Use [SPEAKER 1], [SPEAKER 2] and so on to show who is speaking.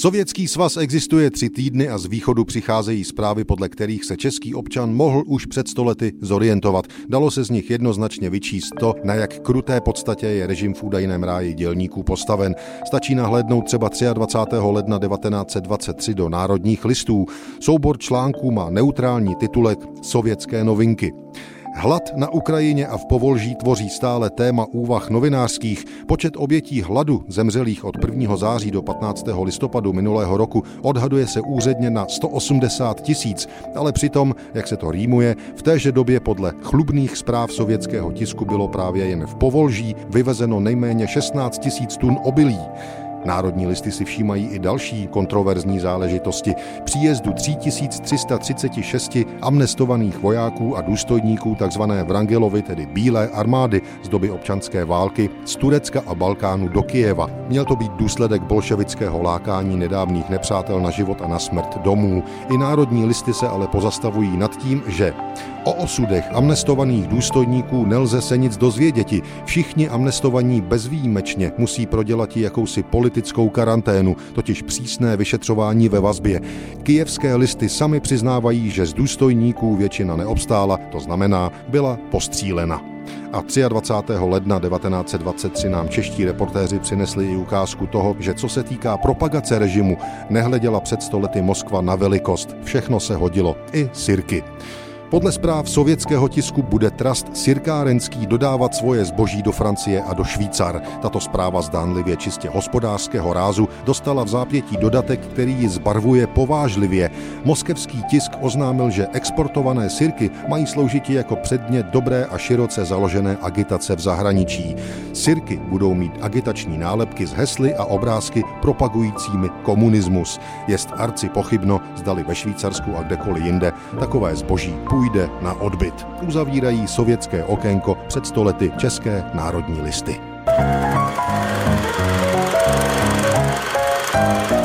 [SPEAKER 1] Sovětský svaz existuje 3 týdny a z východu přicházejí zprávy, podle kterých se český občan mohl už před 100 lety zorientovat. Dalo se z nich jednoznačně vyčíst to, na jak kruté podstatě je režim v údajném ráji dělníků postaven. Stačí nahlédnout třeba 23. ledna 1923 do Národních listů. Soubor článků má neutrální titulek Sovětské novinky. Hlad na Ukrajině a v Povolží tvoří stále téma úvah novinářských. Počet obětí hladu zemřelých od 1. září do 15. listopadu minulého roku odhaduje se úředně na 180 000, ale přitom, jak se to rýmuje, v téže době podle chlubných zpráv sovětského tisku bylo právě jen v Povolží vyvezeno nejméně 16 000 tun obilí. Národní listy si všímají i další kontroverzní záležitosti. Příjezdu 3336 amnestovaných vojáků a důstojníků tzv. Vrangelovy, tedy Bílé armády z doby občanské války, z Turecka a Balkánu do Kyjeva. Měl to být důsledek bolševického lákání nedávných nepřátel na život a na smrt domů. I Národní listy se ale pozastavují nad tím, že o osudech amnestovaných důstojníků nelze se nic dozvěděti. Všichni amnestovaní bezvýjimečně musí prodělat jakousi politickou karanténu, totiž přísné vyšetřování ve vazbě. Kyjevské listy sami přiznávají, že z důstojníků většina neobstála, to znamená, byla postřílena. A 23. ledna 1923 nám čeští reportéři přinesli i ukázku toho, že co se týká propagace režimu, nehleděla před 100 lety Moskva na velikost. Všechno se hodilo, i sirky. Podle zpráv sovětského tisku bude trust sirkárenský dodávat svoje zboží do Francie a do Švýcar. Tato zpráva zdánlivě čistě hospodářského rázu dostala v zápětí dodatek, který ji zbarvuje povážlivě. Moskevský tisk oznámil, že exportované sirky mají sloužit jako předmět dobré a široce založené agitace v zahraničí. Sirky budou mít agitační nálepky s hesly a obrázky propagujícími komunismus. Jest arci pochybno, zdali ve Švýcarsku a kdekoliv jinde takové zboží půjde na odbyt. Uzavírají sovětské okénko před 100 lety české Národní listy.